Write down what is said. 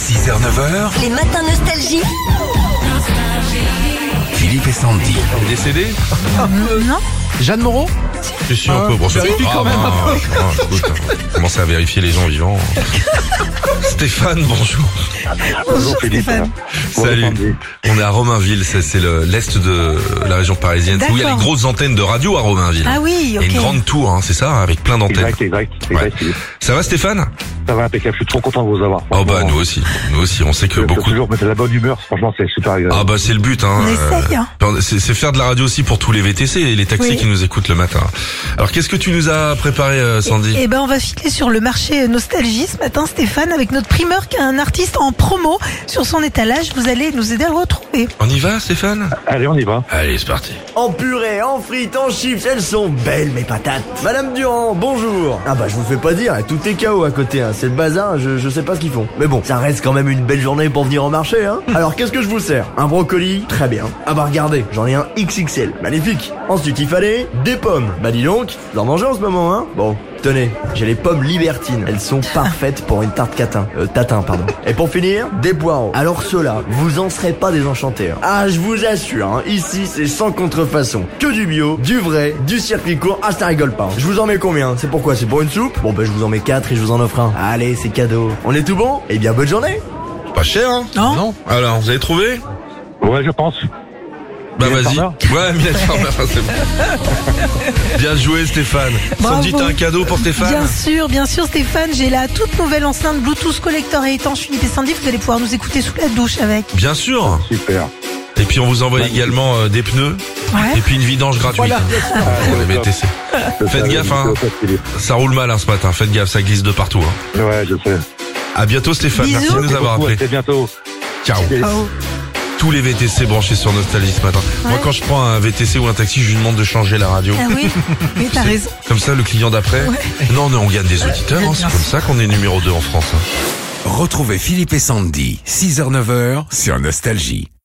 6h-9h, Les matins nostalgie. Philippe et Sandy. Décédé Non. Jeanne Moreau. Je suis un peu brossé. vérifie quand même Commencez à vérifier les gens vivants. Stéphane, bonjour. Bonjour Stéphane. Salut. On est à Romainville, c'est l'est de la région parisienne. Où il y a les grosses antennes de radio à Romainville. Ah oui, ok. Il y a une grande tour, hein, c'est ça, avec plein d'antennes. Exact. Ouais. Ça va Stéphane? Ça va impeccable, je suis trop content de vous avoir. Oh bah nous aussi, on sait que beaucoup. Toujours mettre de la bonne humeur, franchement c'est super agréable. Ah bah c'est le but, hein. On essaye, hein. C'est faire de la radio aussi pour tous les VTC et les taxis Oui. qui nous écoutent le matin. Alors qu'est-ce que tu nous as préparé, Sandy? Eh ben, on va filer sur le marché nostalgie ce matin, Stéphane, avec notre primeur qui est un artiste en promo sur son étalage. Vous allez nous aider à le retrouver. On y va, Stéphane? Allez, on y va. Allez, c'est parti. En purée, en frites, en chips, elles sont belles mes patates. Madame Durand, bonjour. Ah bah je vous fais pas dire, tout est KO à côté, hein. C'est le bazar, je sais pas ce qu'ils font. Mais bon, ça reste quand même une belle journée pour venir au marché, hein. Alors qu'est-ce que je vous sers? Un brocoli? Très bien. Ah bah regardez, j'en ai un XXL, magnifique. Ensuite il fallait des pommes. Bah dis donc, vous en mangez en ce moment, hein. Bon, tenez, j'ai les pommes libertines. Elles sont parfaites pour une tarte tatin, pardon. Et pour finir, des poireaux. Alors ceux-là, vous en serez pas désenchantés, hein. Ah, je vous assure, hein, ici c'est sans contrefaçon. Que du bio, du vrai, du circuit court, ah ça rigole pas, hein. Je vous en mets combien? C'est pourquoi? C'est pour une soupe? Bon bah je vous en mets 4 et je vous en offre un. Allez, c'est cadeau. On est tout bon? Eh bien bonne journée. Pas cher, hein? Non. Alors, vous avez trouvé? Ouais, je pense. Bah Mylène vas-y. Farmer. Ouais, Mylène Farmer, c'est bon. Bien joué Stéphane. Bravo. Sandy, t'as un cadeau pour Stéphane? Bien sûr Stéphane, j'ai la toute nouvelle enceinte Bluetooth collector et étanche Philippe et Sandy. Vous allez pouvoir nous écouter sous la douche avec. Bien sûr. Super. Et puis on vous envoie également des pneus Ouais. et puis une vidange gratuite. Voilà. Pour les VTC. Faites gaffe, hein. Ça roule mal ce matin, faites gaffe, ça glisse de partout. Hein. Ouais, je sais. À bientôt Stéphane, Bisous. merci de nous avoir Beaucoup, à appelés. très bientôt. Ciao. Oh. Tous les VTC branchés sur Nostalgie ce matin. Moi Ouais. quand je prends un VTC ou un taxi, je lui demande de changer la radio. Ah oui, mais t'as raison. Comme ça le client d'après. Non, on gagne des auditeurs, hein, c'est comme ça qu'on est numéro 2 en France. Hein. Retrouvez Philippe et Sandy, 6h-9h sur Nostalgie.